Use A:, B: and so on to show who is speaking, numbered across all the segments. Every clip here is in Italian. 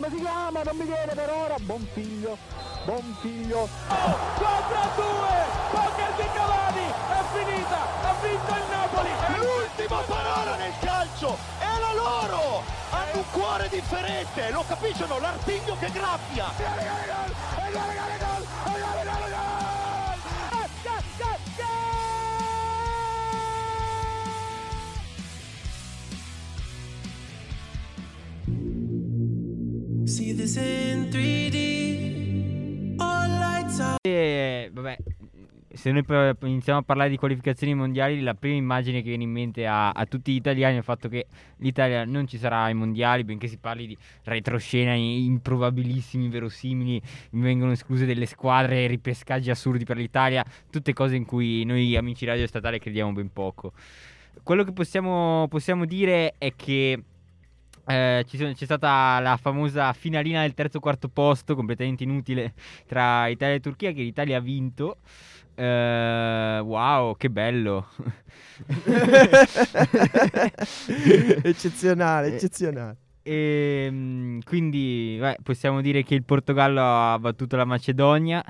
A: come si chiama? Non mi viene per ora. Bonfiglio. 4-2, poker di Cavani, è finita, ha vinto il Napoli.
B: L'ultima parola nel calcio è la loro. Hanno un cuore differente, lo capiscono, l'artiglio che graffia.
C: See this in 3D. All lights out.
D: E vabbè, se noi iniziamo a parlare di qualificazioni mondiali, la prima immagine che viene in mente a tutti gli italiani è il fatto che l'Italia non ci sarà ai mondiali, benché si parli di retroscena improbabilissimi, inverosimili, vengono escluse delle squadre, ripescaggi assurdi per l'Italia, tutte cose in cui noi amici radio statale crediamo ben poco. Quello che possiamo dire è che c'è stata la famosa finalina del terzo-quarto posto, completamente inutile, tra Italia e Turchia, che l'Italia ha vinto. Wow, che bello.
E: Eccezionale.
D: E quindi possiamo dire che il Portogallo ha battuto la Macedonia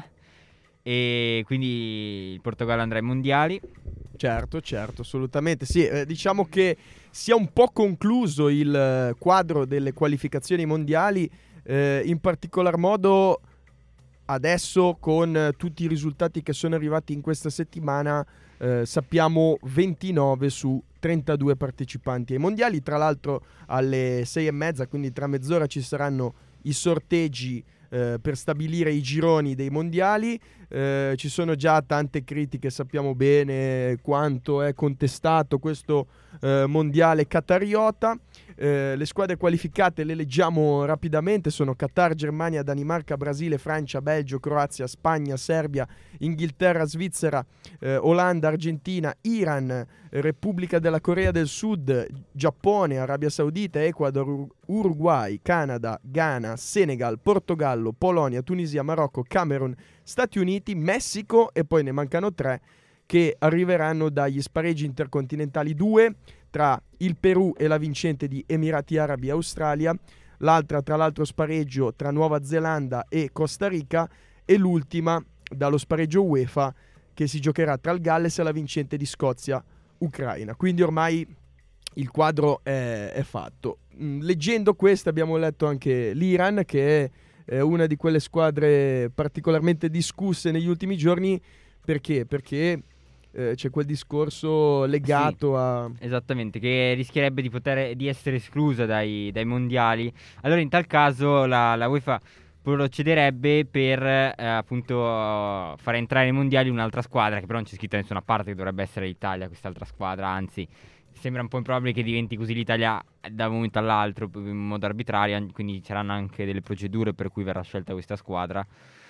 D: e quindi il Portogallo andrà ai mondiali.
E: Certo, assolutamente. Sì, diciamo che sia un po' concluso il quadro delle qualificazioni mondiali, in particolar modo adesso con tutti i risultati che sono arrivati in questa settimana. Sappiamo 29 su 32 partecipanti ai mondiali. Tra l'altro alle 6:30, quindi tra mezz'ora, ci saranno i sorteggi per stabilire i gironi dei mondiali. Ci sono già tante critiche, sappiamo bene quanto è contestato questo mondiale qatariota. Le squadre qualificate le leggiamo rapidamente: sono Qatar, Germania, Danimarca, Brasile, Francia, Belgio, Croazia, Spagna, Serbia, Inghilterra, Svizzera, Olanda, Argentina, Iran, Repubblica della Corea del Sud, Giappone, Arabia Saudita, Ecuador, Uruguay, Canada, Ghana, Senegal, Portogallo, Polonia, Tunisia, Marocco, Camerun, Stati Uniti, Messico, e poi ne mancano 3 che arriveranno dagli spareggi intercontinentali: 2 tra il Perù e la vincente di Emirati Arabi e Australia, l'altra tra l'altro spareggio tra Nuova Zelanda e Costa Rica, e l'ultima dallo spareggio UEFA che si giocherà tra il Galles e la vincente di Scozia-Ucraina. Quindi ormai il quadro è fatto. Leggendo questo abbiamo letto anche l'Iran, che è una di quelle squadre particolarmente discusse negli ultimi giorni. Perché? Perché c'è quel discorso legato a...
D: Esattamente, che rischierebbe di essere esclusa dai mondiali. Allora in tal caso la UEFA procederebbe per appunto fare entrare nei mondiali un'altra squadra, che però non c'è scritto da nessuna parte che dovrebbe essere l'Italia, quest'altra squadra. Anzi, sembra un po' improbabile che diventi così l'Italia da un momento all'altro in modo arbitrario, quindi ci saranno anche delle procedure per cui verrà scelta questa squadra.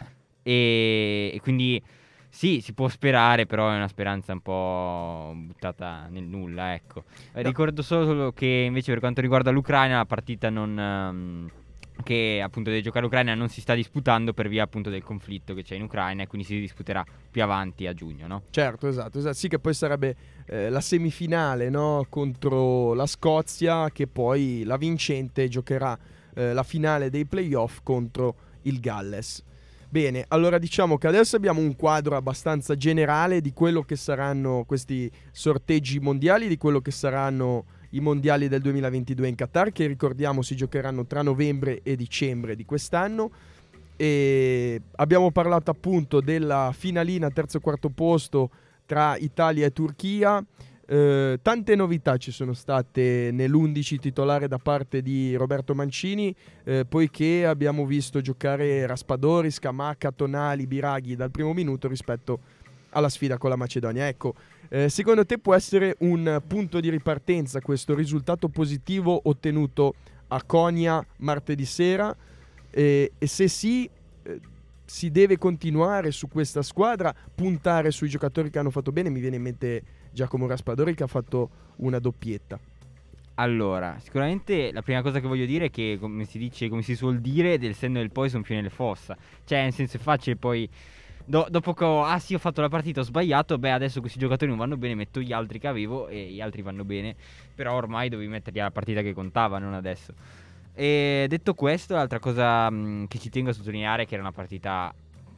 D: E quindi sì, si può sperare, però è una speranza un po' buttata nel nulla, ecco. No. Ricordo solo che invece per quanto riguarda l'Ucraina, la partita che appunto deve giocare l'Ucraina non si sta disputando per via appunto del conflitto che c'è in Ucraina, e quindi si disputerà più avanti a giugno, no?
E: Certo, esatto. Sì, che poi sarebbe la semifinale, no? Contro la Scozia, che poi la vincente giocherà la finale dei playoff contro il Galles. Bene, allora diciamo che adesso abbiamo un quadro abbastanza generale di quello che saranno questi sorteggi mondiali, di quello che saranno i mondiali del 2022 in Qatar, che ricordiamo si giocheranno tra novembre e dicembre di quest'anno. E abbiamo parlato appunto della finalina terzo-quarto posto tra Italia e Turchia. Tante novità ci sono state nell'11 titolare da parte di Roberto Mancini, poiché abbiamo visto giocare Raspadori, Scamacca, Tonali, Biraghi dal primo minuto rispetto alla sfida con la Macedonia. Ecco, secondo te può essere un punto di ripartenza questo risultato positivo ottenuto a Konya martedì sera? E se sì, si deve continuare su questa squadra, puntare sui giocatori che hanno fatto bene? Mi viene in mente Giacomo Raspadori, che ha fatto una doppietta.
D: Allora, sicuramente la prima cosa che voglio dire è che, come si suol dire, del senno del poi son più nelle fossa. Cioè, nel senso, è facile poi dopo che ho fatto la partita, ho sbagliato, adesso questi giocatori non vanno bene, metto gli altri che avevo e gli altri vanno bene. Però ormai dovevi metterli alla partita che contava, non adesso. E detto questo, l'altra cosa che ci tengo a sottolineare è che era una partita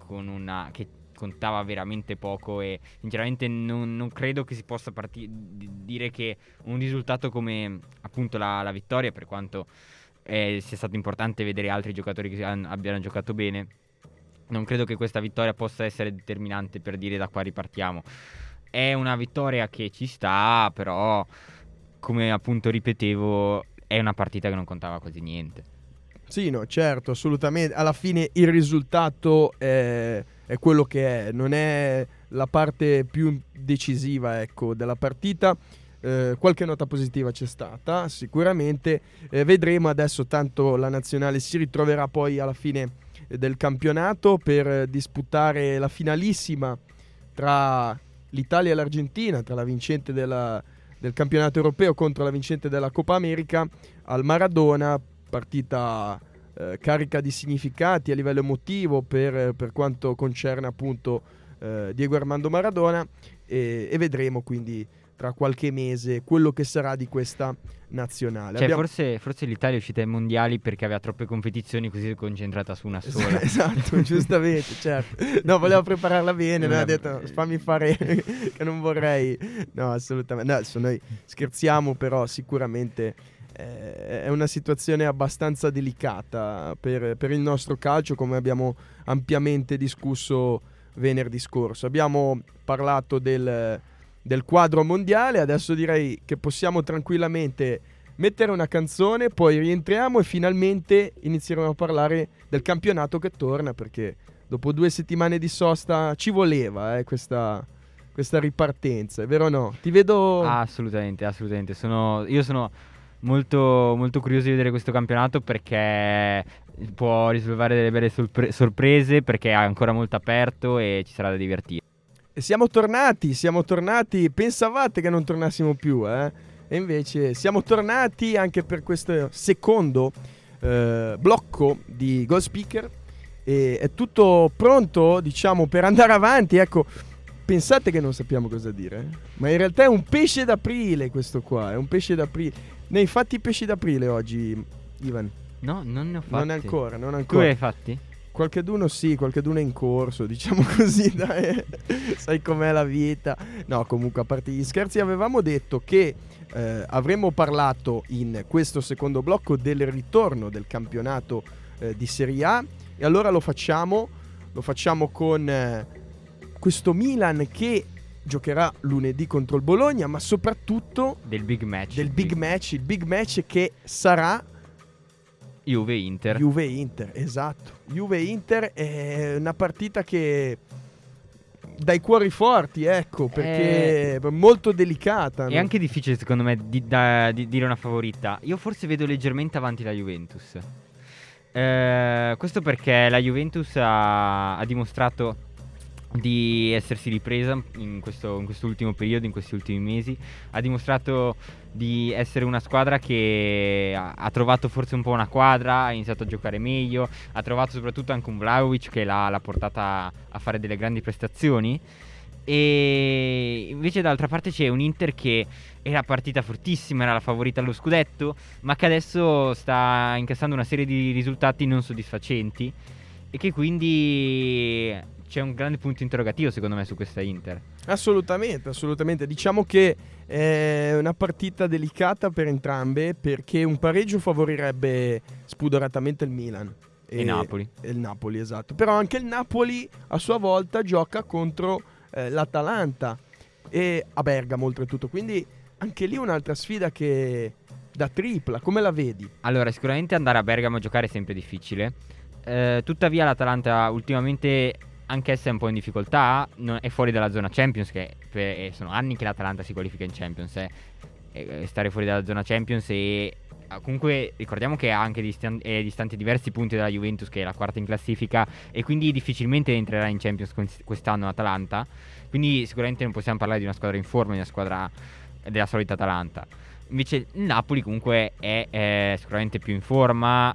D: che contava veramente poco, e sinceramente non credo che si possa dire che un risultato come appunto la vittoria, per quanto sia stato importante vedere altri giocatori che abbiano giocato bene, non credo che questa vittoria possa essere determinante per dire da qua ripartiamo. È una vittoria che ci sta, però come appunto ripetevo è una partita che non contava quasi niente.
E: Sì, no, certo, assolutamente. Alla fine il risultato è quello che è, non è la parte più decisiva, ecco, della partita. Qualche nota positiva c'è stata, sicuramente. Vedremo adesso, tanto la nazionale si ritroverà poi alla fine del campionato per disputare la finalissima tra l'Italia e l'Argentina, tra la vincente del campionato europeo contro la vincente della Coppa America al Maradona. Partita carica di significati a livello emotivo per quanto concerne appunto Diego Armando Maradona, e vedremo quindi tra qualche mese quello che sarà di questa nazionale.
D: Cioè, forse l'Italia è uscita ai mondiali perché aveva troppe competizioni, così si è concentrata su una sola.
E: Esatto, giustamente, certo. No, volevo prepararla bene, mi ha detto fammi fare che non vorrei. No, assolutamente. No, adesso noi scherziamo, però sicuramente è una situazione abbastanza delicata per il nostro calcio, come abbiamo ampiamente discusso venerdì scorso. Abbiamo parlato del quadro mondiale, adesso direi che possiamo tranquillamente mettere una canzone, poi rientriamo e finalmente inizieremo a parlare del campionato che torna, perché dopo 2 settimane di sosta ci voleva questa ripartenza, è vero o no? Ti vedo...
D: Assolutamente. Io sono molto, molto curioso di vedere questo campionato, perché può risolvere delle belle sorprese, perché è ancora molto aperto e ci sarà da divertire.
E: E siamo tornati, pensavate che non tornassimo più, e invece siamo tornati anche per questo secondo blocco di Goal Speaker, e è tutto pronto, diciamo, per andare avanti. Ecco, pensate che non sappiamo cosa dire, ma in realtà è un pesce d'aprile questo qua, è un pesce d'aprile. Ne hai fatti i pesci d'aprile oggi, Ivan?
D: No, non ne ho fatti.
E: Non ancora.
D: Tu li hai fatti?
E: Qualcheduno sì, qualcheduno è in corso, diciamo così, dai. Sai com'è la vita. No, comunque, a parte gli scherzi, avevamo detto che avremmo parlato in questo secondo blocco del ritorno del campionato di Serie A, e allora lo facciamo con questo Milan che giocherà lunedì contro il Bologna, ma soprattutto
D: del big match.
E: Il big match che sarà Juve-Inter, esatto. Juve-Inter è una partita che dai cuori forti, ecco, perché è molto delicata.
D: È anche difficile secondo me di dire una favorita. Io forse vedo leggermente avanti la Juventus. Questo perché la Juventus ha dimostrato di essersi ripresa in questo ultimo periodo, in questi ultimi mesi. Ha dimostrato di essere una squadra che ha trovato forse un po' una quadra, ha iniziato a giocare meglio, ha trovato soprattutto anche un Vlahovic che l'ha portata a fare delle grandi prestazioni. E invece dall'altra parte c'è un Inter che era partita fortissima, era la favorita allo scudetto, ma che adesso sta incassando una serie di risultati non soddisfacenti, e che quindi c'è un grande punto interrogativo secondo me su questa Inter.
E: Assolutamente. Diciamo che è una partita delicata per entrambe, perché un pareggio favorirebbe spudoratamente il Milan
D: e Napoli.
E: E il Napoli, esatto. Però anche il Napoli a sua volta gioca contro l'Atalanta e a Bergamo oltretutto, quindi anche lì un'altra sfida che da tripla. Come la vedi? Allora,
D: sicuramente andare a Bergamo a giocare è sempre difficile. Tuttavia l'Atalanta ultimamente anch'essa è un po' in difficoltà, è fuori dalla zona Champions, che sono anni che l'Atalanta si qualifica in Champions, stare fuori dalla zona Champions, e comunque ricordiamo che ha anche distanti diversi punti dalla Juventus, che è la quarta in classifica, e quindi difficilmente entrerà in Champions quest'anno l'Atalanta, quindi sicuramente non possiamo parlare di una squadra in forma, di una squadra della solita Atalanta. Invece il Napoli comunque è sicuramente più in forma,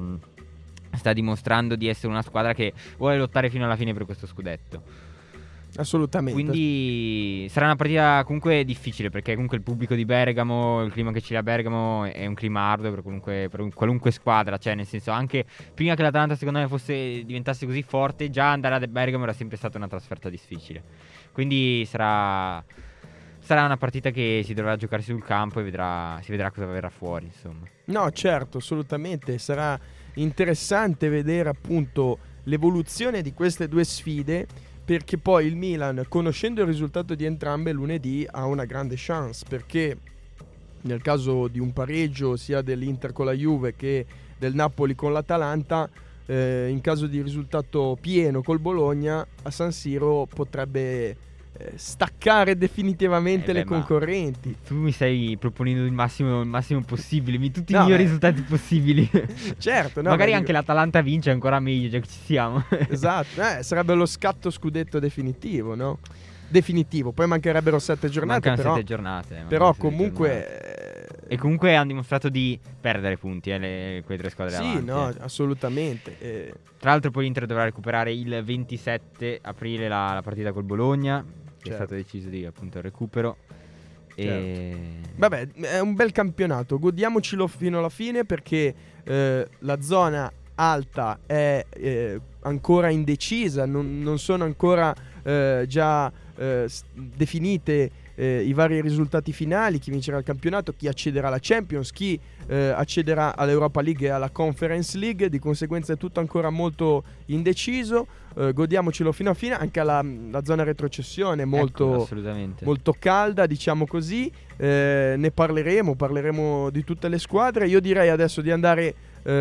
D: sta dimostrando di essere una squadra che vuole lottare fino alla fine per questo scudetto.
E: Assolutamente.
D: Quindi sarà una partita comunque difficile, perché comunque il pubblico di Bergamo, il clima che c'è a Bergamo è un clima arduo per qualunque squadra, cioè nel senso, anche prima che l'Atalanta secondo me diventasse così forte, già andare a Bergamo era sempre stata una trasferta difficile. Quindi sarà una partita che si dovrà giocare sul campo e si vedrà cosa verrà fuori, insomma.
E: No, certo, assolutamente. Sarà interessante vedere appunto l'evoluzione di queste due sfide, perché poi il Milan, conoscendo il risultato di entrambe, lunedì ha una grande chance, perché nel caso di un pareggio sia dell'Inter con la Juve che del Napoli con l'Atalanta, in caso di risultato pieno col Bologna, a San Siro potrebbe staccare definitivamente le concorrenti.
D: Tu mi stai proponendo il massimo possibile, tutti i
E: No,
D: migliori risultati possibili.
E: Certo, no,
D: magari anche l'Atalanta vince, ancora meglio, già che ci siamo.
E: Esatto, sarebbe lo scatto scudetto definitivo, no? Definitivo, poi mancherebbero 7 giornate.
D: Mancano 7 giornate.
E: Però comunque...
D: E comunque hanno dimostrato di perdere punti, quelle tre squadre
E: sì,
D: avanti.
E: no, assolutamente.
D: Tra l'altro poi l'Inter dovrà recuperare il 27 aprile la partita col Bologna, che è stato deciso di appunto il recupero.
E: Vabbè, è un bel campionato, godiamocelo fino alla fine, perché la zona alta è ancora indecisa, non sono ancora già definite i vari risultati finali, chi vincerà il campionato, chi accederà alla Champions, chi accederà all'Europa League e alla Conference League. Di conseguenza è tutto ancora molto indeciso. Godiamocelo fino a fine. Anche la zona retrocessione è molto calda, diciamo così. Ne parleremo di tutte le squadre. Io direi adesso di andare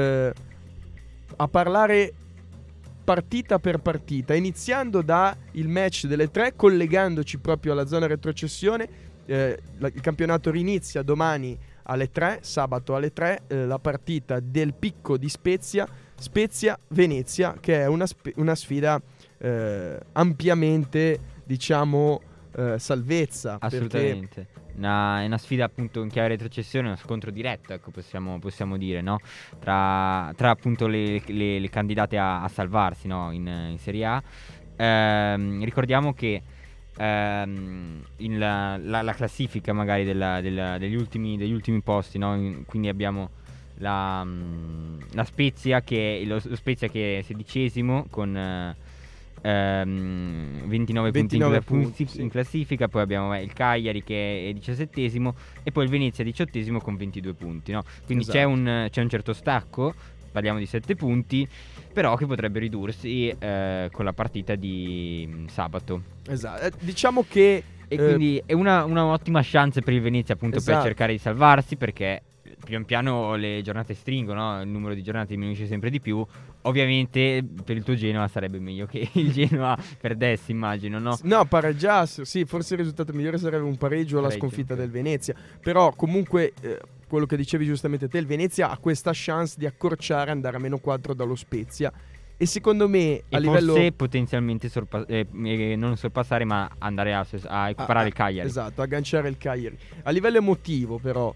E: a parlare partita per partita, iniziando da il match delle 3, collegandoci proprio alla zona retrocessione. Il campionato rinizia domani alle 3, sabato alle 3, la partita del Picco di Spezia-Venezia, che è una sfida ampiamente, diciamo, salvezza.
D: Assolutamente. È una sfida appunto in chiave retrocessione, uno scontro diretto, ecco, possiamo dire, no? Tra appunto le candidate a salvarsi, no? in Serie A. Ricordiamo che la classifica magari degli ultimi posti, no? Quindi abbiamo la Spezia lo Spezia che è 16esimo con 29 punti in classifica. Poi abbiamo il Cagliari che è 17esimo e poi il Venezia 18esimo con 22 punti, no? Quindi c'è un certo stacco, parliamo di 7 punti, però che potrebbe ridursi con la partita di sabato.
E: Esatto, diciamo che
D: quindi è una ottima chance per il Venezia appunto per cercare di salvarsi, perché pian piano le giornate stringono, il numero di giornate diminuisce sempre di più. Ovviamente per il tuo Genoa sarebbe meglio che il Genoa perdesse, immagino, no?
E: No, pareggiasse, sì, forse il risultato migliore sarebbe un pareggio o la sconfitta del Venezia. Però comunque quello che dicevi giustamente te, il Venezia ha questa chance di accorciare, andare a -4 dallo Spezia. E secondo me a livello...
D: forse potenzialmente non sorpassare, ma andare a equiparare il Cagliari.
E: Esatto, agganciare il Cagliari. A livello emotivo però,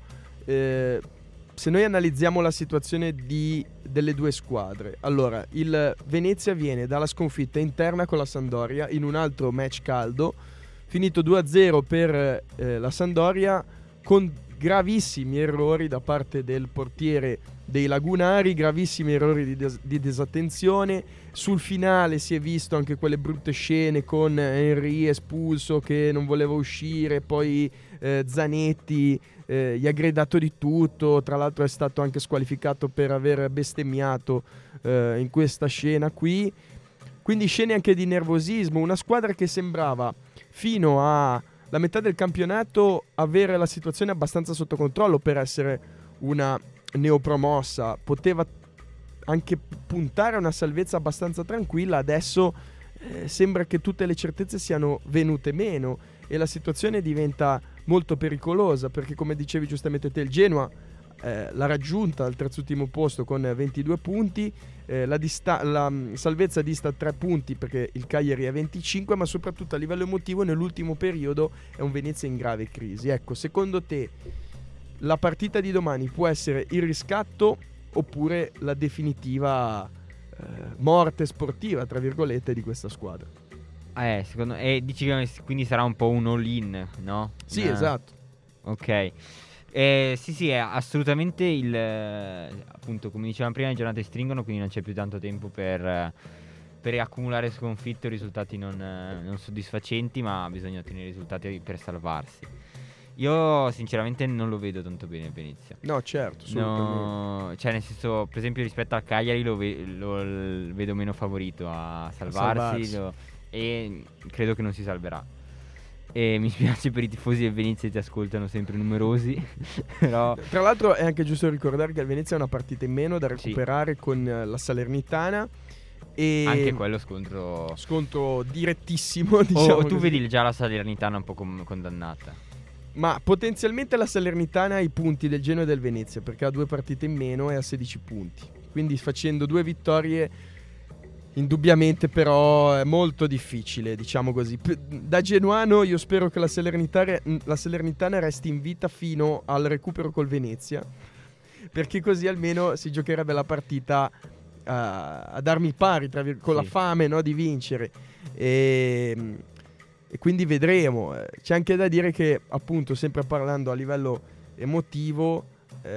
E: se noi analizziamo la situazione delle due squadre, allora il Venezia viene dalla sconfitta interna con la Sampdoria in un altro match caldo, finito 2-0 per la Sampdoria, con gravissimi errori da parte del portiere dei lagunari, gravissimi errori di disattenzione. Sul finale si è visto anche quelle brutte scene con Henry espulso che non voleva uscire, poi Zanetti gli ha gridato di tutto, tra l'altro è stato anche squalificato per aver bestemmiato in questa scena qui. Quindi scene anche di nervosismo, una squadra che sembrava fino a la metà del campionato avere la situazione abbastanza sotto controllo per essere una neopromossa, poteva anche puntare a una salvezza abbastanza tranquilla. Adesso sembra che tutte le certezze siano venute meno e la situazione diventa molto pericolosa, perché come dicevi giustamente te, il Genoa l'ha raggiunta al terzultimo posto con 22 punti, la salvezza dista 3 punti perché il Cagliari è 25, ma soprattutto a livello emotivo nell'ultimo periodo è un Venezia in grave crisi. Ecco, secondo te la partita di domani può essere il riscatto oppure la definitiva morte sportiva, tra virgolette, di questa squadra?
D: Secondo dici che quindi sarà un po' un all-in, no?
E: Sì, esatto.
D: Ok. Sì, è assolutamente appunto, come dicevamo prima, le giornate stringono, quindi non c'è più tanto tempo per accumulare sconfitte o risultati non soddisfacenti, ma bisogna ottenere risultati per salvarsi. Io sinceramente non lo vedo tanto bene il Venezia.
E: No, certo, assolutamente.
D: No, cioè nel senso, per esempio rispetto al Cagliari lo vedo meno favorito a salvarsi. E credo che non si salverà. E mi spiace per i tifosi del Venezia, ti ascoltano sempre numerosi. Però
E: tra l'altro è anche giusto ricordare che il Venezia ha una partita in meno da recuperare con la Salernitana. E
D: anche quello scontro
E: direttissimo, diciamo.
D: Tu vedi già la Salernitana un po' condannata.
E: Ma potenzialmente la Salernitana ha i punti del Genoa e del Venezia, perché ha 2 partite in meno e ha 16 punti. Quindi facendo 2 vittorie, indubbiamente però è molto difficile, diciamo così. Da genuano io spero che la Salernitana resti in vita fino al recupero col Venezia, perché così almeno si giocherebbe la partita ad armi pari, con la fame, no, di vincere. E quindi vedremo. C'è anche da dire che, appunto, sempre parlando a livello emotivo,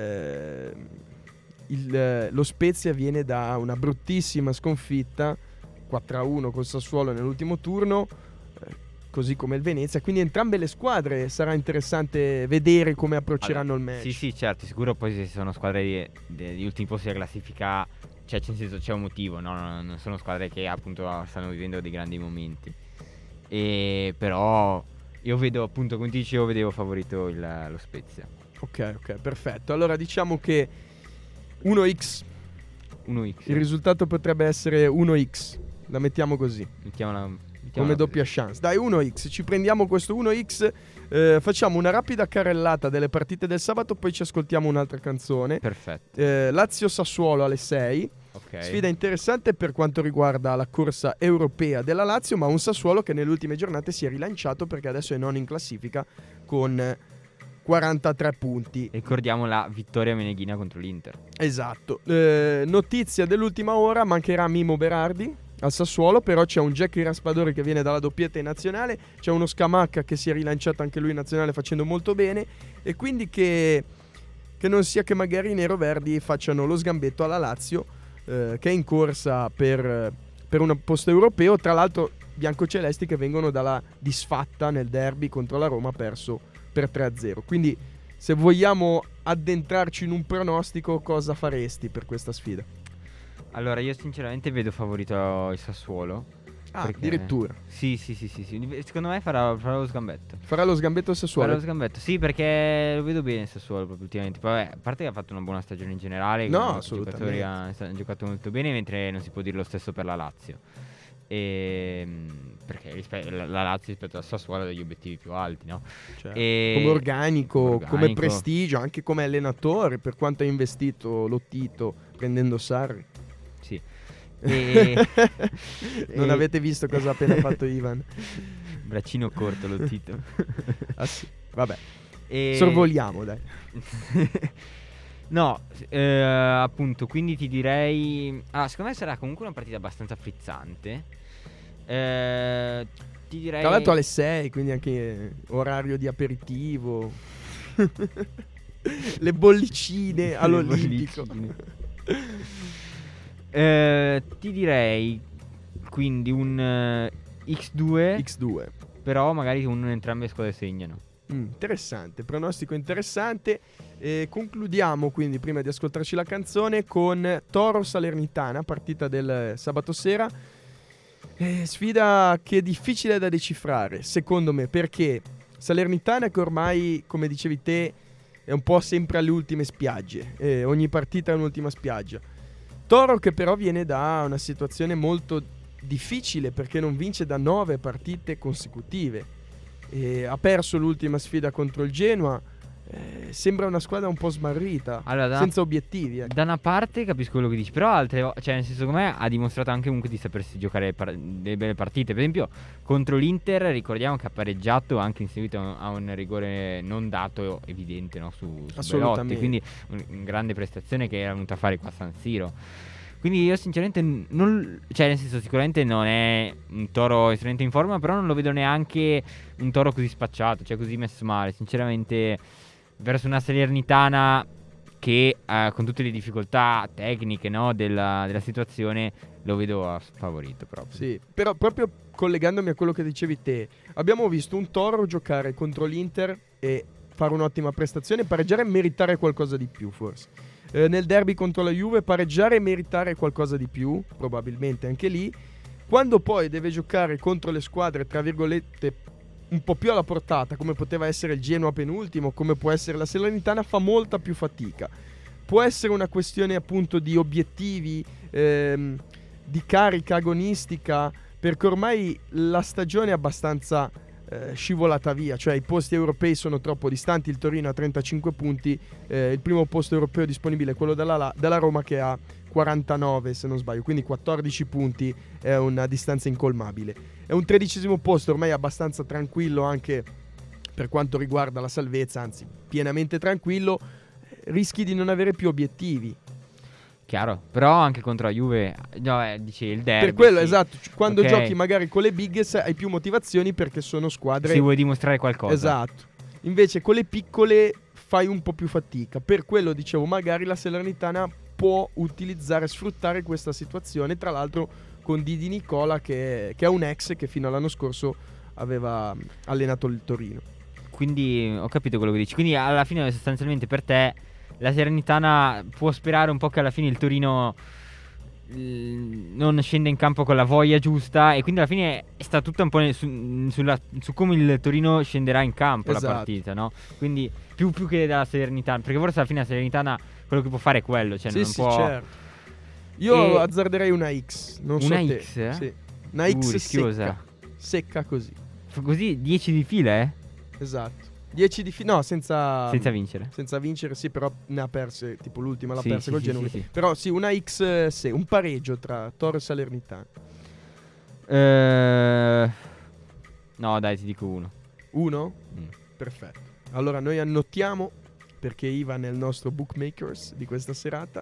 E: lo Spezia viene da una bruttissima sconfitta 4-1 col Sassuolo nell'ultimo turno, così come il Venezia. Quindi entrambe le squadre sarà interessante vedere come approcceranno il match.
D: Sì, certo, sicuro. Poi se sono squadre di ultimi posti della classifica, cioè nel senso c'è un motivo, no? Non sono squadre che appunto stanno vivendo dei grandi momenti. Però io vedo, appunto, come ti dicevo, vedevo favorito lo Spezia.
E: Ok, perfetto. Allora diciamo che 1x. Il risultato potrebbe essere 1x. La mettiamo così. Mettiamola come doppia chance. Dai, 1x. Ci prendiamo questo 1x. Facciamo una rapida carrellata delle partite del sabato, poi ci ascoltiamo un'altra canzone.
D: Perfetto.
E: Lazio-Sassuolo alle 6.
D: Okay.
E: Sfida interessante per quanto riguarda la corsa europea della Lazio, ma un Sassuolo che nelle ultime giornate si è rilanciato, perché adesso è nono in classifica con 43 punti.
D: Ricordiamo la vittoria meneghina contro l'Inter.
E: Esatto. Notizia dell'ultima ora: mancherà Mimo Berardi al Sassuolo, però c'è un Jacky Raspadori che viene dalla doppietta in nazionale, c'è uno Scamacca che si è rilanciato anche lui in nazionale facendo molto bene, e quindi che non sia che magari i neroverdi facciano lo sgambetto alla Lazio, che è in corsa per un posto europeo. Tra l'altro biancocelesti che vengono dalla disfatta nel derby contro la Roma, perso per 3-0. Quindi se vogliamo addentrarci in un pronostico, cosa faresti per questa sfida?
D: Allora, io sinceramente vedo favorito il Sassuolo.
E: Addirittura.
D: Sì. Secondo me farà lo sgambetto.
E: Farà lo sgambetto il Sassuolo?
D: Farà lo sgambetto, sì, perché lo vedo bene il Sassuolo proprio ultimamente. Poi, a parte che ha fatto una buona stagione in generale,
E: no,
D: assolutamente. I giocatori hanno giocato molto bene, mentre non si può dire lo stesso per la Lazio. Perché la Lazio rispetto al Sassuolo ha degli obiettivi più alti, no?
E: Cioè, come organico, come prestigio, anche come allenatore, per quanto ha investito Lottito prendendo Sarri.
D: Sì.
E: Non avete visto cosa ha appena fatto Ivan?
D: Braccino corto Lottito.
E: Ah sì, vabbè. Sorvoliamo, dai.
D: No, appunto, quindi ti direi... secondo me sarà comunque una partita abbastanza frizzante. Ti direi...
E: Tra l'altro alle 6, quindi anche orario di aperitivo. Le bollicine all'Olimpico.
D: Ti direi quindi un X2. Però magari entrambe le squadre segnano.
E: Interessante, pronostico interessante. Concludiamo quindi, prima di ascoltarci la canzone, con Toro Salernitana, partita del sabato sera. Sfida che è difficile da decifrare, secondo me, perché Salernitana, che ormai, come dicevi te, è un po' sempre alle ultime spiagge, ogni partita è un'ultima spiaggia. Toro che però viene da una situazione molto difficile, perché non vince da 9 partite consecutive. Ha perso l'ultima sfida contro il Genoa. Sembra una squadra un po' smarrita, senza obiettivi.
D: Da una parte capisco quello che dici, però altre, cioè nel senso, secondo me ha dimostrato anche comunque di sapersi giocare delle belle partite. Per esempio contro l'Inter ricordiamo che ha pareggiato anche in seguito a un rigore non dato evidente, no, su Belotti, quindi una grande prestazione che era venuta a fare qua a San Siro. Quindi io sinceramente non, cioè nel senso sicuramente non è un toro estremamente in forma, però non lo vedo neanche un toro così spacciato, cioè così messo male. Sinceramente verso una Salernitana che con tutte le difficoltà tecniche, no, della situazione lo vedo favorito proprio.
E: Sì, però proprio collegandomi a quello che dicevi te, abbiamo visto un toro giocare contro l'Inter e fare un'ottima prestazione, pareggiare e meritare qualcosa di più forse. Nel derby contro la Juve pareggiare e meritare qualcosa di più, probabilmente anche lì. Quando poi deve giocare contro le squadre tra virgolette un po' più alla portata, come poteva essere il Genoa penultimo, come può essere la Salernitana, fa molta più fatica. Può essere una questione appunto di obiettivi, di carica agonistica, perché ormai la stagione è abbastanza scivolata via, cioè i posti europei sono troppo distanti. Il Torino ha 35 punti, il primo posto europeo disponibile è quello della Roma che ha 49 se non sbaglio, quindi 14 punti è una distanza incolmabile. È un 13° posto ormai abbastanza tranquillo anche per quanto riguarda la salvezza, anzi pienamente tranquillo. Rischi di non avere più obiettivi.
D: Chiaro, però anche contro la Juve, no, dice il derby.
E: Per quello,
D: sì.
E: esatto, quando
D: Ok.
E: giochi magari con le big hai più motivazioni perché sono squadre...
D: Si vuoi dimostrare qualcosa.
E: Esatto. Invece con le piccole fai un po' più fatica. Per quello dicevo, magari la Salernitana può utilizzare, sfruttare questa situazione. Tra l'altro con Didi Nicola che è un ex che fino all'anno scorso aveva allenato il Torino.
D: Quindi ho capito quello che dici. Quindi alla fine sostanzialmente per te la Salernitana può sperare un po' che alla fine il Torino non scenda in campo con la voglia giusta, e quindi alla fine sta tutta un po' su come il Torino scenderà in campo.
E: Esatto.
D: La partita, no? Quindi più che dalla Salernitana, perché forse alla fine la Salernitana quello che può fare è quello, cioè
E: Sì,
D: non
E: sì,
D: può...
E: certo. Io
D: E-
E: azzarderei una X. Non so
D: Una
E: te.
D: X, eh?
E: Sì. Una X
D: rischiosa.
E: secca così.
D: Così 10 di fila,
E: Esatto. 10 di no, senza
D: vincere.
E: Senza vincere, sì, però ne ha perse, tipo l'ultima l'ha
D: Sì,
E: persa
D: sì,
E: col
D: sì,
E: Genoa.
D: sì, sì.
E: Però sì, una X, sì, un pareggio tra Toro e Salernitana.
D: No, dai, ti dico uno.
E: 1?
D: Mm.
E: Perfetto. Allora noi annotiamo, perché Ivan è il nostro bookmakers di questa serata,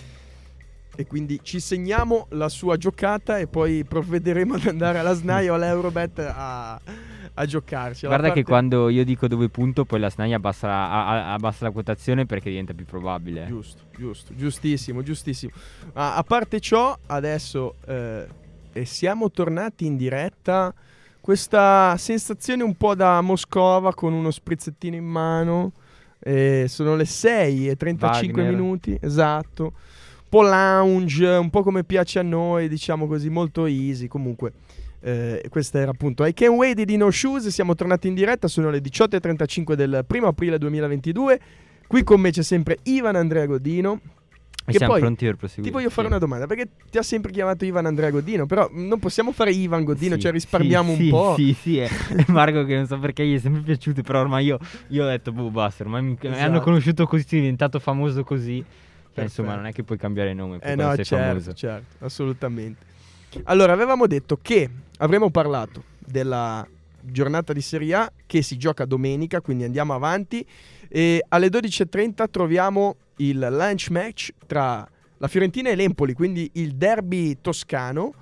E: e quindi ci segniamo la sua giocata e poi provvederemo ad andare alla SNAI o all'Eurobet a giocarci.
D: Guarda che quando io dico dove punto, poi la SNAI abbassa la quotazione perché diventa più probabile.
E: Giusto, giustissimo. A parte ciò, adesso siamo tornati in diretta. Questa sensazione un po' da Moscova con uno sprizzettino in mano. Sono le 6:35
D: Wagner.
E: minuti, esatto. Un po' lounge, un po' come piace a noi, diciamo così, molto easy. Comunque, questa era appunto I Can't Wait di Dino Shoes. Siamo tornati in diretta, sono le 18:35 del 1 aprile 2022. Qui con me c'è sempre Ivan Andrea Godino.
D: E
E: Che
D: siamo
E: poi
D: pronti per proseguire.
E: ti voglio fare
D: Sì.
E: una domanda, perché ti ha sempre chiamato Ivan Andrea Godino, però non possiamo fare Ivan Godino,
D: Sì,
E: cioè risparmiamo
D: sì,
E: un po'.
D: Sì, è Marco che non so perché gli è sempre piaciuto, però ormai io ho detto, boh, basta, ormai mi
E: Esatto.
D: hanno conosciuto così, è diventato famoso così. Cioè,
E: Perfetto.
D: insomma, non è che puoi cambiare nome per
E: No,
D: essere famoso.
E: certo, assolutamente. Allora, avevamo detto che avremmo parlato della giornata di Serie A che si gioca domenica, quindi andiamo avanti, e alle 12:30 troviamo il lunch match tra la Fiorentina e l'Empoli, quindi il derby toscano.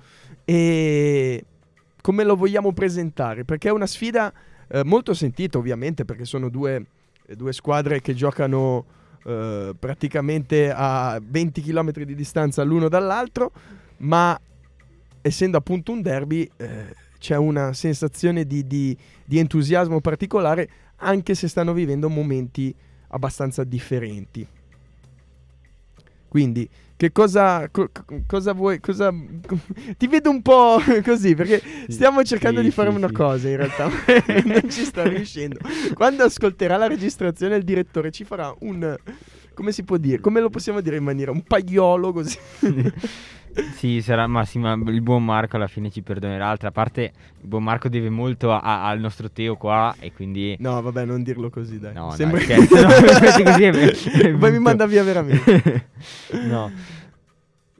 E: E come lo vogliamo presentare? Perché è una sfida molto sentita, ovviamente, perché sono due squadre che giocano praticamente a 20 km di distanza l'uno dall'altro, ma essendo appunto un derby c'è una sensazione di entusiasmo particolare, anche se stanno vivendo momenti abbastanza differenti. Quindi che cosa vuoi? Ti vedo un po' così, perché stiamo cercando di fare una cosa, in realtà non ci sta riuscendo. Quando ascolterà la registrazione il direttore ci farà un, come si può dire? Come lo possiamo dire in maniera un pagliolo così?
D: Sì, sarà, ma il buon Marco alla fine ci perdonerà. D'altra parte, il buon Marco deve molto al nostro Teo qua, e quindi...
E: No, vabbè, non dirlo così, dai.
D: No,
E: Sembra
D: no, scherzo, no, così è
E: poi mi manda via veramente.
D: No.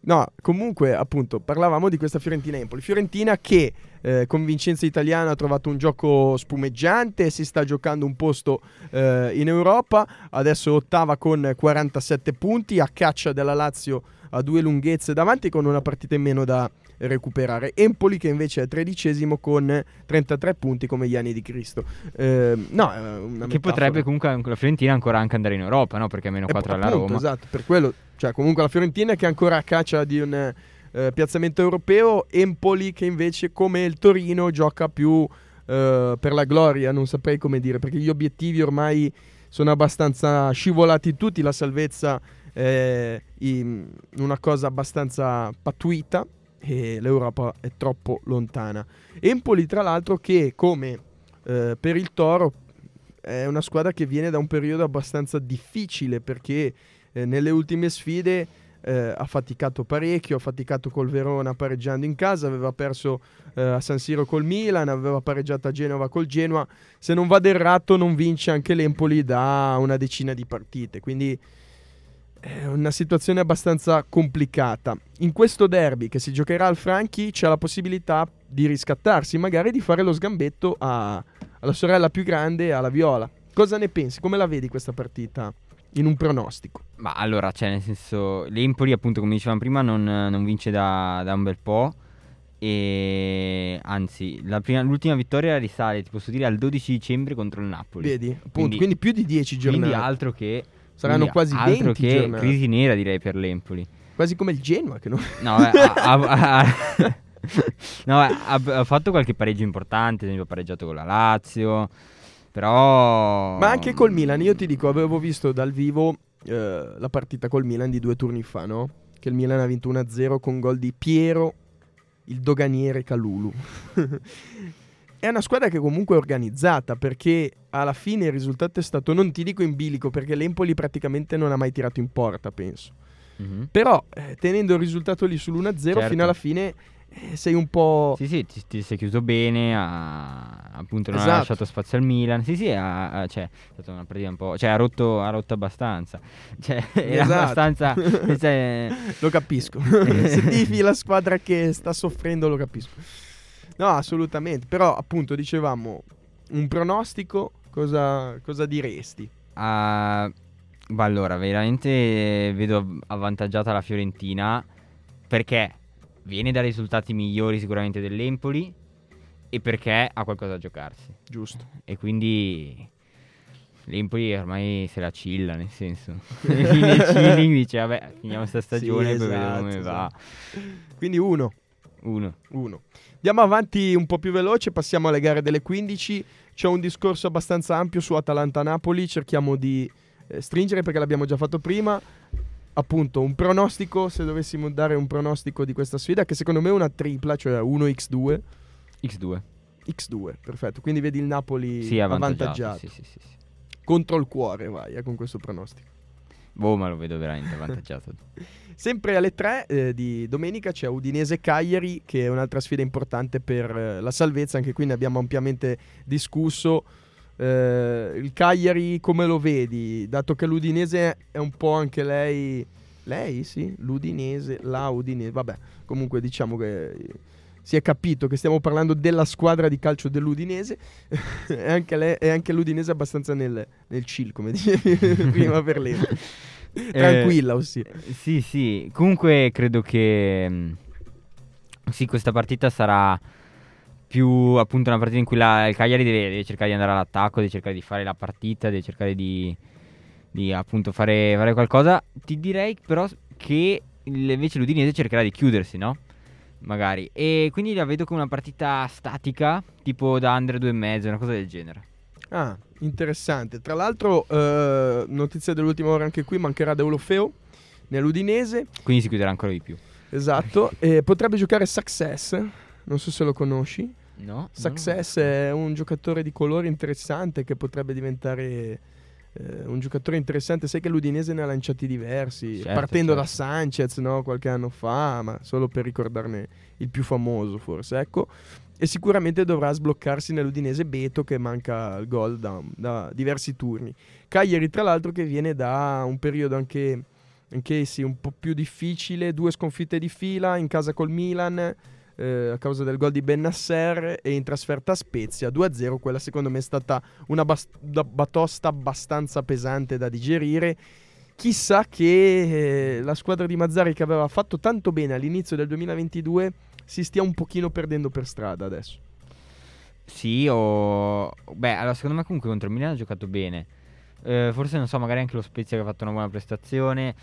E: No, comunque, appunto, parlavamo di questa Fiorentina-Empoli. Fiorentina che con Vincenzo Italiano ha trovato un gioco spumeggiante, si sta giocando un posto in Europa, adesso ottava con 47 punti, a caccia della Lazio a 2 lunghezze davanti, con una partita in meno da recuperare. Empoli che invece è 13° con 33 punti come gli anni di Cristo. No, è una
D: Che potrebbe comunque la Fiorentina ancora anche andare in Europa, no? Perché è meno 4 alla
E: appunto,
D: Roma.
E: Esatto, per quello, cioè comunque la Fiorentina che è ancora a caccia di un piazzamento europeo, Empoli che invece come il Torino gioca più per la gloria, non saprei come dire, perché gli obiettivi ormai sono abbastanza scivolati tutti, la salvezza è una cosa abbastanza pattuita e l'Europa è troppo lontana. Empoli tra l'altro che come per il Toro è una squadra che viene da un periodo abbastanza difficile, perché nelle ultime sfide ha faticato parecchio, ha faticato col Verona pareggiando in casa, aveva perso a San Siro col Milan, aveva pareggiato a Genova col Genoa, se non vado errato non vince anche l'Empoli da una decina di partite, quindi è una situazione abbastanza complicata. In questo derby che si giocherà al Franchi c'è la possibilità di riscattarsi, magari di fare lo sgambetto alla sorella più grande, alla Viola. Cosa ne pensi? Come la vedi questa partita in un pronostico?
D: Ma allora, cioè, nel senso, l'Empoli, appunto, come dicevamo prima, non vince da un bel po'. E anzi, l'ultima vittoria risale, ti posso dire, al 12 dicembre contro il Napoli.
E: Vedi? Appunto, quindi più di 10 giornate.
D: Quindi altro che...
E: Saranno quasi 20
D: altro che
E: giornate.
D: crisi nera, direi, per l'Empoli.
E: Quasi come il Genoa che non...
D: No, no, ha fatto qualche pareggio importante, ad esempio ha pareggiato con la Lazio, però...
E: Ma anche col Milan, io ti dico, avevo visto dal vivo la partita col Milan di 2 turni fa, no? Che il Milan ha vinto 1-0 con gol di Piero, il doganiere Kalulu. È una squadra che comunque è organizzata, perché alla fine il risultato è stato, non ti dico in bilico, perché l'Empoli praticamente non ha mai tirato in porta, penso.
D: Mhm.
E: Però tenendo il risultato lì sull'1-0
D: Certo.
E: fino alla fine sei un po'...
D: Sì, ti sei chiuso bene, appunto non ha
E: Esatto.
D: lasciato spazio al Milan. Sì, cioè, è stata una partita un po'... Cioè, ha rotto abbastanza. Cioè, era
E: Esatto.
D: abbastanza... cioè,
E: Lo capisco. Se tifi la squadra che sta soffrendo, lo capisco. No, assolutamente. Però, appunto, dicevamo, un pronostico, cosa diresti?
D: ma allora, veramente vedo avvantaggiata la Fiorentina, perché viene da risultati migliori sicuramente dell'Empoli e perché ha qualcosa da giocarsi.
E: Giusto.
D: E quindi l'Empoli ormai se la chilla, nel senso. Nel chilling dice, vabbè, finiamo sta stagione e poi vediamo come va.
E: Quindi 1. Andiamo avanti un po' più veloce, passiamo alle gare delle 15. C'è un discorso abbastanza ampio su Atalanta-Napoli, cerchiamo di stringere perché l'abbiamo già fatto prima. Appunto, un pronostico, se dovessimo dare un pronostico di questa sfida, che secondo me è una tripla, cioè 1x2. X2, perfetto. Quindi vedi il Napoli
D: Sì,
E: avvantaggiato.
D: Sì.
E: Contro il cuore vai con questo pronostico.
D: Boh, ma lo vedo veramente avvantaggiato.
E: Sempre alle 3 di domenica c'è Udinese-Cagliari, che è un'altra sfida importante per la salvezza. Anche qui ne abbiamo ampiamente discusso. Il Cagliari come lo vedi? Dato che l'Udinese è un po' anche lei sì, l'Udinese, la Udinese, vabbè, comunque diciamo che si è capito che stiamo parlando della squadra di calcio dell'Udinese. e anche l'Udinese è abbastanza nel chill, come dicevi prima per lei. Tranquilla, ossia.
D: Sì. Comunque credo che sì, questa partita sarà più appunto una partita in cui il Cagliari deve cercare di andare all'attacco, deve cercare di fare la partita, deve cercare di appunto fare qualcosa. Ti direi però che invece l'Udinese cercherà di chiudersi, no? Magari. E quindi la vedo come una partita statica, tipo da under 2,5, una cosa del genere.
E: Ah, interessante. Tra l'altro, notizia dell'ultima ora anche qui, mancherà Deulofeu nell'Udinese.
D: Quindi si chiuderà ancora di più.
E: Esatto. Potrebbe giocare Success, non so se lo conosci.
D: No?
E: Success è un giocatore di colore interessante che potrebbe diventare un giocatore interessante. Sai che l'Udinese ne ha lanciati diversi,
D: Certo,
E: partendo da
D: certo.
E: Sanchez, no? Qualche anno fa, ma solo per ricordarne il più famoso forse, ecco. E sicuramente dovrà sbloccarsi nell'Udinese Beto, che manca il gol da diversi turni. Cagliari tra l'altro che viene da un periodo anche anche sì, un po' più difficile, 2 sconfitte di fila, in casa col Milan a causa del gol di Bennacer, e in trasferta a Spezia 2-0. Quella secondo me è stata una batosta abbastanza pesante da digerire. Chissà che la squadra di Mazzarri, che aveva fatto tanto bene all'inizio del 2022, si stia un pochino perdendo per strada adesso.
D: Sì, allora secondo me comunque contro il Milan ha giocato bene. Forse non so, magari anche lo Spezia che ha fatto una buona prestazione.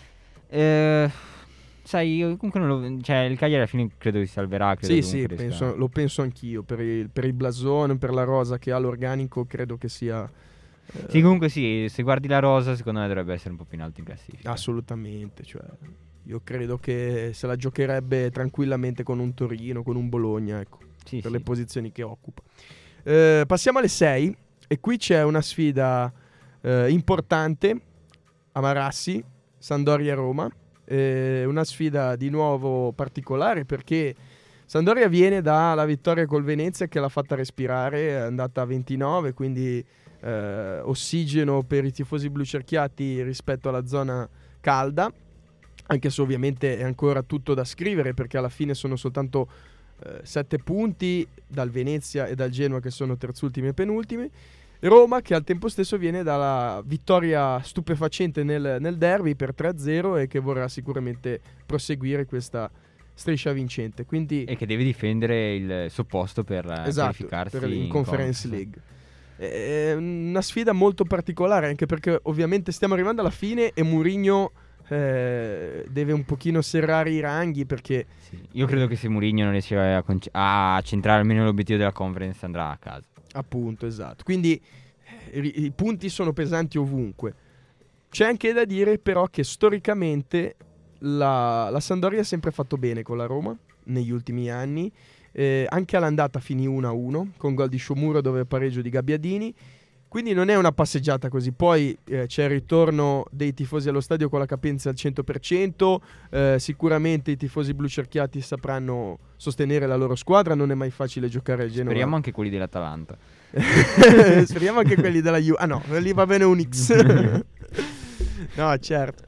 D: Sai, io comunque il Cagliari alla fine credo che si salverà.
E: Sì, lo penso anch'io. Per il blasone, per la rosa che ha l'organico, credo che sia.
D: Sì, comunque sì, se guardi la rosa, secondo me dovrebbe essere un po' più in alto in classifica.
E: Assolutamente, cioè, io credo che se la giocherebbe tranquillamente con un Torino, con un Bologna, ecco, per le posizioni che occupa. Passiamo alle 6, e qui c'è una sfida importante a Marassi, Sampdoria-Roma. Una sfida di nuovo particolare, perché Sampdoria viene dalla vittoria col Venezia che l'ha fatta respirare, è andata a 29, quindi ossigeno per i tifosi blucerchiati rispetto alla zona calda, anche se ovviamente è ancora tutto da scrivere, perché alla fine sono soltanto 7 punti dal Venezia e dal Genoa, che sono terzultimi e penultimi. Roma che al tempo stesso viene dalla vittoria stupefacente nel derby per 3-0 e che vorrà sicuramente proseguire questa striscia vincente, quindi
D: e che deve difendere il suo posto per qualificarsi
E: in Conference League. È una sfida molto particolare, anche perché ovviamente stiamo arrivando alla fine e Mourinho deve un pochino serrare i ranghi, perché
D: io credo che se Mourinho non riesce a centrare almeno l'obiettivo della Conference, andrà a casa.
E: Appunto, esatto. Quindi i punti sono pesanti ovunque. C'è anche da dire però che storicamente la Sampdoria ha sempre fatto bene con la Roma negli ultimi anni. Anche all'andata finì 1-1 con gol di Sciomuro, dove pareggio di Gabbiadini. Quindi non è una passeggiata così. Poi c'è il ritorno dei tifosi allo stadio con la capienza al 100%. Sicuramente i tifosi blucerchiati sapranno sostenere la loro squadra. Non è mai facile giocare al Genoa.
D: Speriamo anche quelli dell'Atalanta.
E: Speriamo anche quelli della Juve. Ah no, lì va bene un X. No, certo.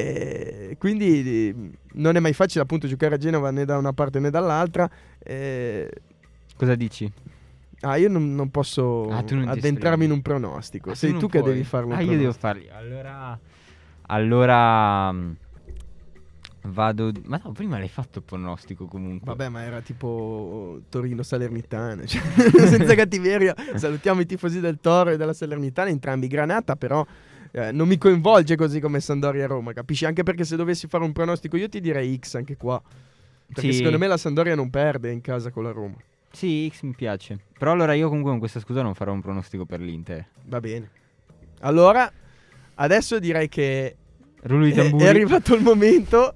E: Quindi non è mai facile appunto giocare a Genova né da una parte né dall'altra.
D: Cosa dici?
E: Io non posso addentrarmi in un pronostico. Sei tu che devi farlo.
D: Io devo farli. Allora vado. Ma no, prima l'hai fatto il pronostico comunque.
E: Vabbè, ma era tipo Torino-Salernitana. Cioè, senza cattiveria. Salutiamo i tifosi del Toro e della Salernitana, entrambi Granata, però non mi coinvolge così come Sampdoria-Roma, capisci? Anche perché se dovessi fare un pronostico io ti direi X anche qua. Perché secondo me la Sampdoria non perde in casa con la Roma.
D: Sì, X mi piace. Però allora io comunque con questa scusa non farò un pronostico per l'Inter.
E: Va bene. Allora, adesso direi che
D: rullo di tamburi.
E: È arrivato il momento.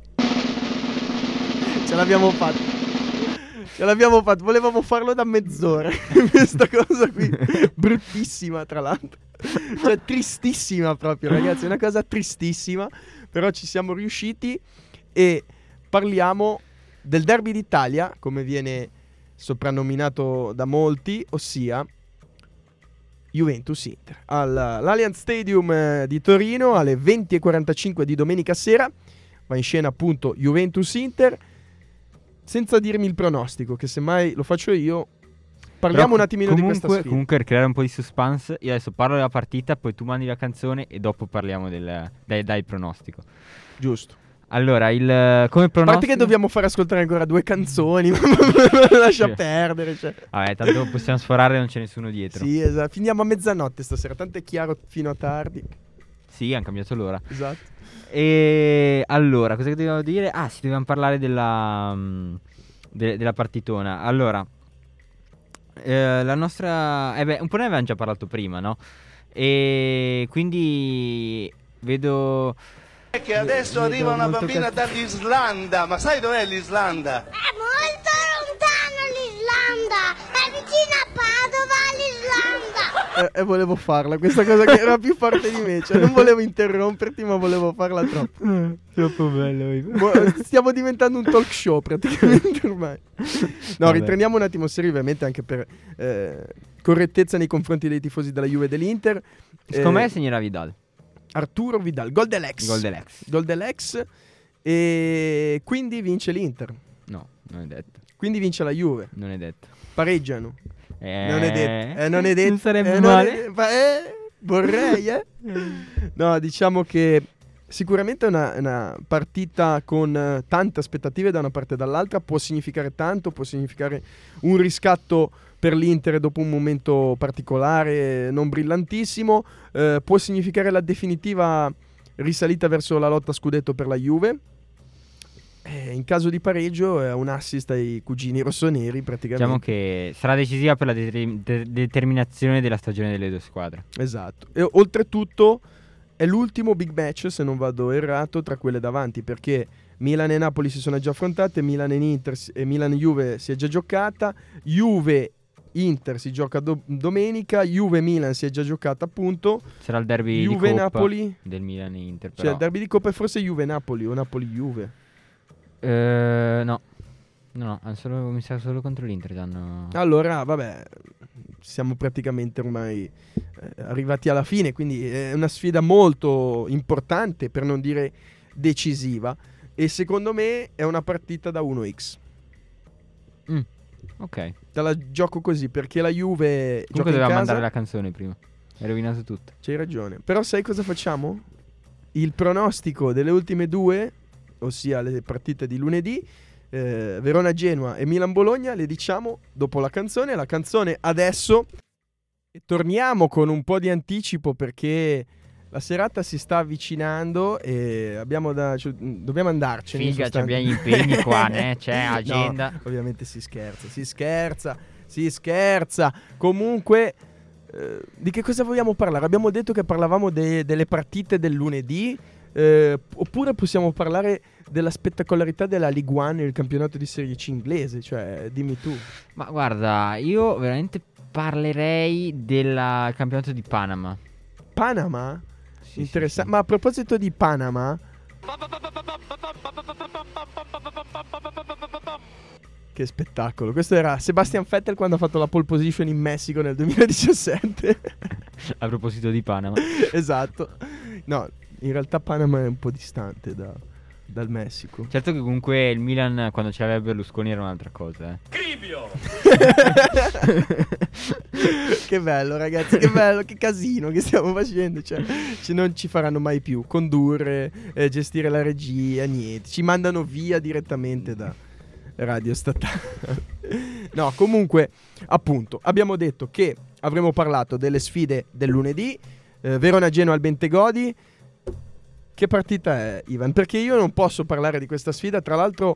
E: Ce l'abbiamo fatto. Volevamo farlo da mezz'ora. Questa cosa qui bruttissima, tra l'altro. Cioè tristissima proprio, ragazzi. È una cosa tristissima. Però ci siamo riusciti. E parliamo del derby d'Italia, come viene soprannominato da molti, ossia Juventus-Inter all'Allianz Stadium di Torino alle 20:45 di domenica sera. Va in scena appunto Juventus-Inter. Senza dirmi il pronostico, che semmai lo faccio io, parliamo un attimino di questa sfida.
D: Comunque, per creare un po' di suspense, io adesso parlo della partita, poi tu mandi la canzone e dopo parliamo dai pronostico.
E: Giusto.
D: Allora, come pronostico...
E: A parte che dobbiamo fare ascoltare ancora 2 canzoni, lascia perdere. Cioè.
D: Vabbè, tanto possiamo sforare, non c'è nessuno dietro.
E: Sì, esatto. Finiamo a mezzanotte stasera, tanto è chiaro fino a tardi.
D: Sì, hanno cambiato l'ora.
E: Esatto.
D: E allora, cosa dobbiamo dire? Sì, dobbiamo parlare della partitona. Allora, la nostra... un po' ne avevamo già parlato prima, no? E quindi vedo...
F: Che adesso arriva una bambina dall'Islanda, ma sai dov'è l'Islanda?
G: È molto lontano l'Islanda, è vicino a Padova l'Islanda.
E: E volevo farla, questa cosa che era più forte di me, cioè non volevo interromperti ma volevo farla troppo.
D: Troppo bello.
E: Stiamo diventando un talk show praticamente ormai. No, ritorniamo un attimo serio, ovviamente anche per correttezza nei confronti dei tifosi della Juve e dell'Inter.
D: Secondo me segnerà Vidal.
E: Arturo Vidal, gol dell'ex. Gol dell'ex. E quindi vince l'Inter.
D: No, non è detto.
E: Quindi vince la Juve.
D: Non è detto.
E: Pareggiano. Non è detto. Non è detto.
D: Non sarebbe male.
E: Vorrei, No, diciamo che sicuramente è una partita con tante aspettative da una parte e dall'altra. Può significare tanto, può significare un riscatto per l'Inter dopo un momento particolare, non brillantissimo. Può significare la definitiva risalita verso la lotta a scudetto per la Juve. In caso di pareggio è un assist ai cugini rossoneri praticamente.
D: Diciamo che sarà decisiva per la determinazione della stagione delle due squadre.
E: Esatto. E oltretutto è l'ultimo big match, se non vado errato, tra quelle davanti, perché Milan e Napoli si sono già affrontate, Milan e Inter e Milan e Juve si è già giocata, Juve Inter si gioca domenica, Juve Milan si è già giocata appunto.
D: Sarà il derby
E: Juve
D: di Coppa
E: Napoli
D: del Milan e Inter, però.
E: Cioè il derby di Coppa è forse Juve Napoli o Napoli Juve.
D: No, mi sa solo contro l'Inter danno.
E: Allora, vabbè, siamo praticamente ormai arrivati alla fine, quindi è una sfida molto importante, per non dire decisiva, e secondo me è una partita da 1x.
D: Ok.
E: Te la gioco così, perché la Juve
D: Comunque
E: gioca in
D: doveva
E: casa.
D: mandare la canzone prima. Hai rovinato tutto.
E: C'hai ragione. Però sai cosa facciamo? Il pronostico delle ultime due, ossia le partite di lunedì, Verona-Genoa e Milan-Bologna, le diciamo dopo la canzone. La canzone adesso. E torniamo con un po' di anticipo perché la serata si sta avvicinando e dobbiamo andarcene.
D: Figa, abbiamo gli impegni qua, né? C'è agenda.
E: No, ovviamente si scherza. Comunque, di che cosa vogliamo parlare? Abbiamo detto che parlavamo delle partite del lunedì. Oppure possiamo parlare della spettacolarità della Ligue 1 e il campionato di Serie C inglese, cioè dimmi tu.
D: Ma guarda, io veramente parlerei del campionato di Panama.
E: Panama?
D: Sì,
E: interessante.
D: sì.
E: Ma a proposito di Panama, che spettacolo. Questo era Sebastian Vettel quando ha fatto la pole position in Messico nel 2017.
D: A proposito di Panama.
E: Esatto. No, in realtà Panama è un po' distante dal Messico.
D: Certo che comunque il Milan quando c'aveva Berlusconi era un'altra cosa,
A: Cribio!
E: Che bello ragazzi, che bello, che casino che stiamo facendo. Cioè, non ci faranno mai più condurre, gestire la regia, niente. Ci mandano via direttamente da radio statale. No, comunque, appunto, abbiamo detto che avremmo parlato delle sfide del lunedì, Verona-Genoa al Bentegodi. Che partita è, Ivan? Perché io non posso parlare di questa sfida, tra l'altro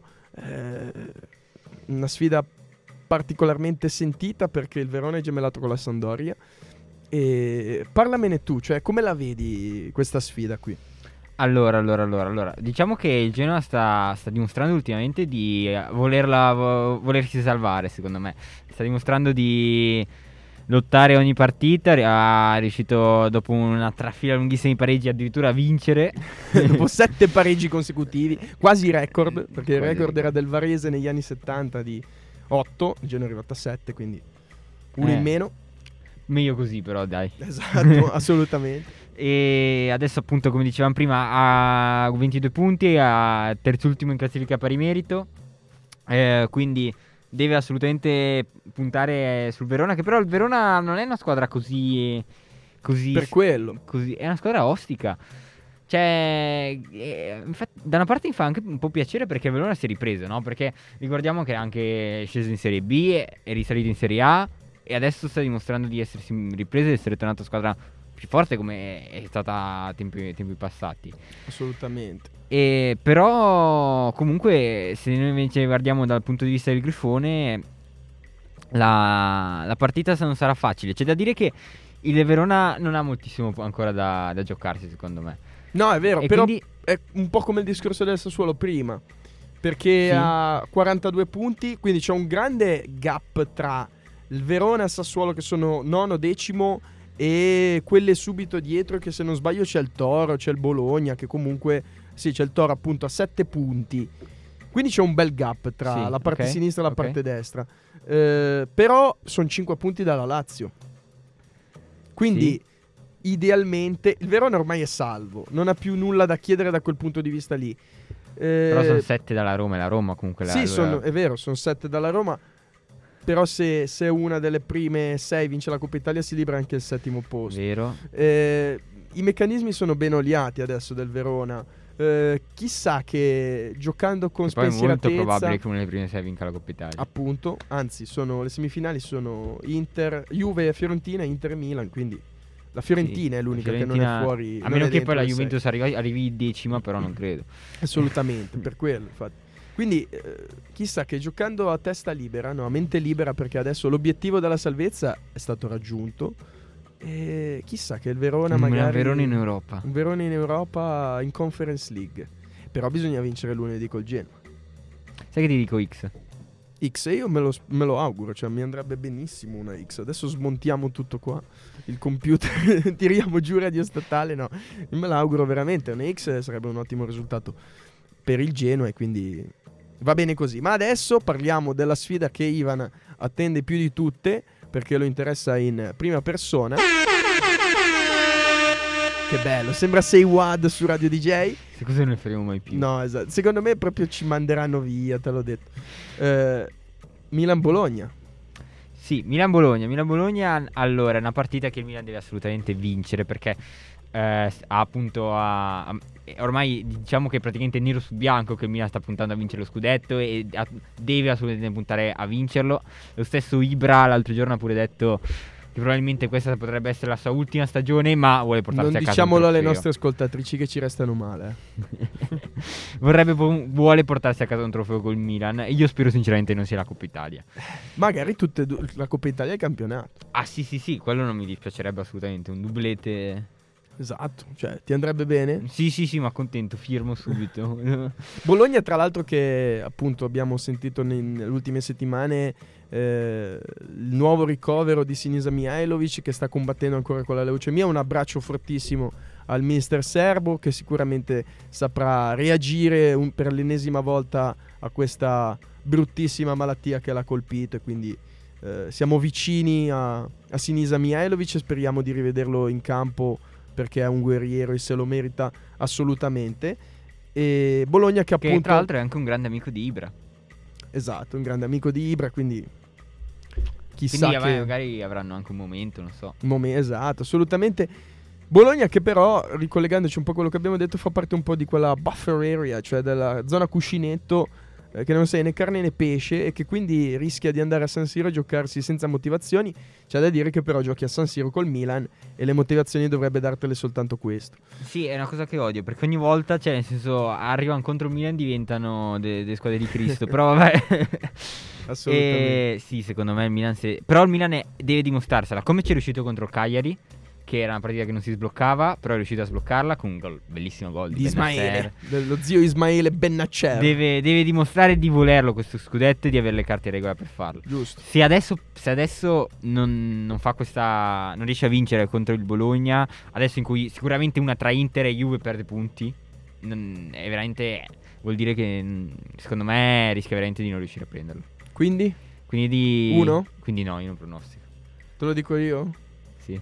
E: una sfida particolarmente sentita perché il Verona è gemellato con la Sampdoria. E parlamene tu, cioè come la vedi questa sfida qui?
D: Allora, diciamo che il Genoa sta dimostrando ultimamente di volersi salvare, secondo me. Sta dimostrando di lottare ogni partita, ha riuscito dopo una trafila lunghissima di pareggi addirittura a vincere.
E: Dopo 7 pareggi consecutivi, quasi record, perché il record era del Varese negli anni 70 di 8, il Genoa è arrivato a 7, quindi uno in meno.
D: Meglio così però, dai.
E: Esatto, assolutamente.
D: E adesso appunto, come dicevamo prima, ha 22 punti, a terzultimo in classifica pari merito, quindi deve assolutamente puntare sul Verona, che però il Verona non è una squadra così
E: per quello
D: è una squadra ostica. Cioè, infatti, da una parte mi fa anche un po' piacere perché il Verona si è ripreso, no? Perché ricordiamo che è anche sceso in Serie B, è risalito in Serie A e adesso sta dimostrando di essersi ripreso e essere tornato squadra più forte come è stata a tempi passati.
E: Assolutamente.
D: Però comunque se noi invece guardiamo dal punto di vista del Grifone, la partita non sarà facile. C'è da dire che il Verona non ha moltissimo ancora da giocarsi, secondo me.
E: No, è vero,
D: E
E: però
D: quindi
E: è un po' come il discorso del Sassuolo prima, perché
D: Sì.
E: ha 42 punti, quindi c'è un grande gap tra il Verona e il Sassuolo che sono nono, decimo, e quelle subito dietro che se non sbaglio c'è il Toro, c'è il Bologna, che comunque sì, c'è il Toro appunto a 7 punti, quindi c'è un bel gap tra
D: Sì,
E: la parte
D: ok,
E: sinistra e la
D: ok.
E: parte destra. Però sono 5 punti dalla Lazio, quindi
D: Sì.
E: idealmente il Verona ormai è salvo, non ha più nulla da chiedere da quel punto di vista lì.
D: Però sono 7 dalla Roma e la Roma comunque
E: Sì, è vero, sono 7 dalla Roma. Però se una delle prime 6 vince la Coppa Italia si libera anche il 7° posto.
D: Vero.
E: I meccanismi sono ben oliati adesso del Verona. Chissà che giocando con
D: E poi è
E: spensieratezza,
D: molto probabile che una delle prime 6 vinca la Coppa Italia.
E: appunto, anzi le semifinali sono Juve e Fiorentina, Inter e Milan, quindi la Fiorentina
D: Sì,
E: è l'unica
D: la
E: che non
D: Fiorentina-
E: è fuori.
D: A
E: non
D: meno
E: è
D: che poi
E: dentro
D: la
E: le
D: Juventus arrivi 10ª, però non credo.
E: Assolutamente, per quello infatti. Quindi chissà che giocando a testa libera, no, a mente libera, perché adesso l'obiettivo della salvezza è stato raggiunto, e chissà che il Verona
D: Un
E: magari
D: Verona in Europa.
E: un Verona in Europa in Conference League. Però bisogna vincere lunedì col Genoa.
D: Sai che ti dico X?
E: X, io me lo auguro, cioè mi andrebbe benissimo una X. Adesso smontiamo tutto qua, il computer, tiriamo giù radio statale, no, io me l'auguro veramente, una X sarebbe un ottimo risultato per il Genoa e quindi va bene così. Ma adesso parliamo della sfida che Ivan attende più di tutte, perché lo interessa in prima persona. Che bello, sembra 6 Wad su Radio DJ.
D: Se così non ne faremo mai più.
E: No, esatto. Secondo me proprio ci manderanno via, te l'ho detto. Milan-Bologna.
D: Sì, Milan-Bologna. Allora, è una partita che il Milan deve assolutamente vincere, perché ormai diciamo che è praticamente nero su bianco che il Milan sta puntando a vincere lo scudetto e deve assolutamente puntare a vincerlo. Lo stesso Ibra l'altro giorno ha pure detto che probabilmente questa potrebbe essere la sua ultima stagione, ma vuole portarsi
E: Non
D: a casa
E: diciamolo
D: un
E: alle
D: trofeo.
E: nostre ascoltatrici che ci restano male.
D: Vuole portarsi a casa un trofeo col Milan, e io spero sinceramente non sia la Coppa Italia.
E: Magari tutte e due, la Coppa Italia e il campionato.
D: Ah sì, quello non mi dispiacerebbe assolutamente, un doublete.
E: Esatto, cioè ti andrebbe bene.
D: Sì, ma contento, firmo subito.
E: Bologna, tra l'altro, che appunto abbiamo sentito nelle ultime settimane, il nuovo ricovero di Sinisa Mihajlovic, che sta combattendo ancora con la leucemia. Un abbraccio fortissimo al mister serbo, che sicuramente saprà reagire per l'ennesima volta a questa bruttissima malattia che l'ha colpito, e quindi siamo vicini a Sinisa Mihajlovic e speriamo di rivederlo in campo, perché è un guerriero e se lo merita assolutamente. E Bologna che appunto,
D: tra l'altro è anche un grande amico di Ibra.
E: esatto, un grande amico di Ibra, quindi chissà
D: Quindi
E: che
D: magari avranno anche un momento, non so.
E: esatto, assolutamente. Bologna che però, ricollegandoci un po' a quello che abbiamo detto, fa parte un po' di quella buffer area, cioè della zona cuscinetto, che non sei né carne né pesce, e che quindi rischia di andare a San Siro a giocarsi senza motivazioni. C'è da dire che però giochi a San Siro col Milan e le motivazioni dovrebbe dartele soltanto questo.
D: Sì, è una cosa che odio, perché ogni volta, cioè nel senso, arrivano contro il Milan e diventano delle squadre di Cristo. Però vabbè.
E: Assolutamente.
D: Sì, secondo me il Milan però il Milan deve dimostrarsela, come ci è riuscito contro il Cagliari, che era una partita che non si sbloccava, però è riuscito a sbloccarla con un bellissimo gol
E: Di
D: Bennacer.
E: Ismaele, dello zio Ismaele Bennacer.
D: Deve dimostrare di volerlo questo scudetto e di avere le carte in regola per farlo.
E: Giusto.
D: Se adesso non fa questa, non riesce a vincere contro il Bologna, adesso in cui sicuramente una tra Inter e Juve perde punti, è veramente, vuol dire che secondo me rischia veramente di non riuscire a prenderlo.
E: Quindi?
D: Quindi
E: 1?
D: Quindi no, io non pronostico.
E: Te lo dico io?
D: Sì.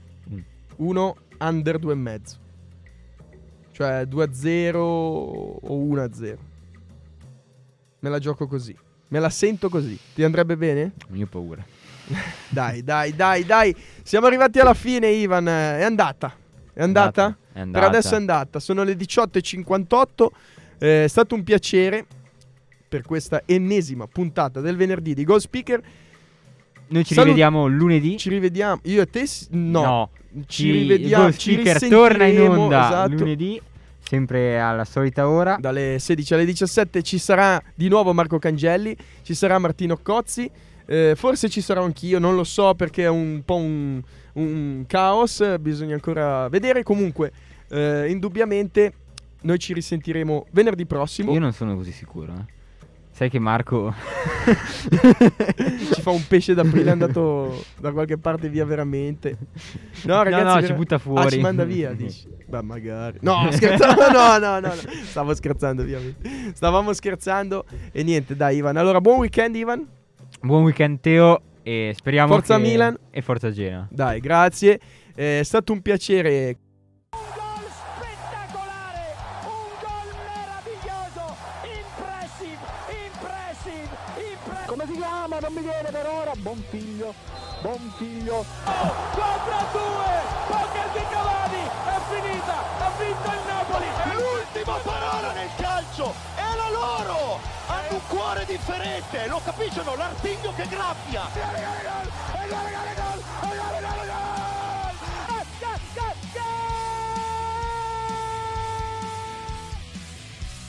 E: 1 under 2,5. Cioè 2-0 o 1-0. Me la gioco così. Me la sento così. Ti andrebbe bene?
D: Io ho paura.
E: Dai. Siamo arrivati alla fine, Ivan. È andata?
D: È andata.
E: Per adesso è andata. Sono le 18:58. È stato un piacere per questa ennesima puntata del venerdì di Goal Speaker.
D: Noi ci rivediamo lunedì.
E: Ci rivediamo. Io e te no. Ci
D: Goal
E: rivediamo.
D: Speaker torna in onda
E: esatto,
D: lunedì, sempre alla solita ora.
E: dalle 16 alle 17 ci sarà di nuovo Marco Cangelli, ci sarà Martino Cozzi, forse ci sarò anch'io, non lo so, perché è un po' un caos, bisogna ancora vedere. Comunque indubbiamente noi ci risentiremo venerdì prossimo.
D: Io non sono così sicuro, Sai che Marco
E: ci fa un pesce d'aprile, è andato da qualche parte via veramente. No ragazzi,
D: no, ci butta fuori.
E: ci manda via, dici. Beh magari. No, scherzando. No. Stavo scherzando, ovviamente. Stavamo scherzando. E niente, dai Ivan. Allora, buon weekend Ivan.
D: Buon weekend Teo, e speriamo
E: Forza Milan
D: e forza Genoa.
E: Dai, grazie. È stato un piacere.
A: Un gol spettacolare, un gol meraviglioso, impressive. Come si chiama? Non mi viene per ora. Bonfiglio. 4-2, poker di Cavani, è finita, ha vinto il Napoli.
B: L'ultima parola nel calcio è la loro. Hanno un cuore differente, lo capiscono, l'artiglio che graffia.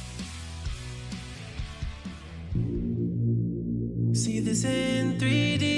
C: See this in 3D.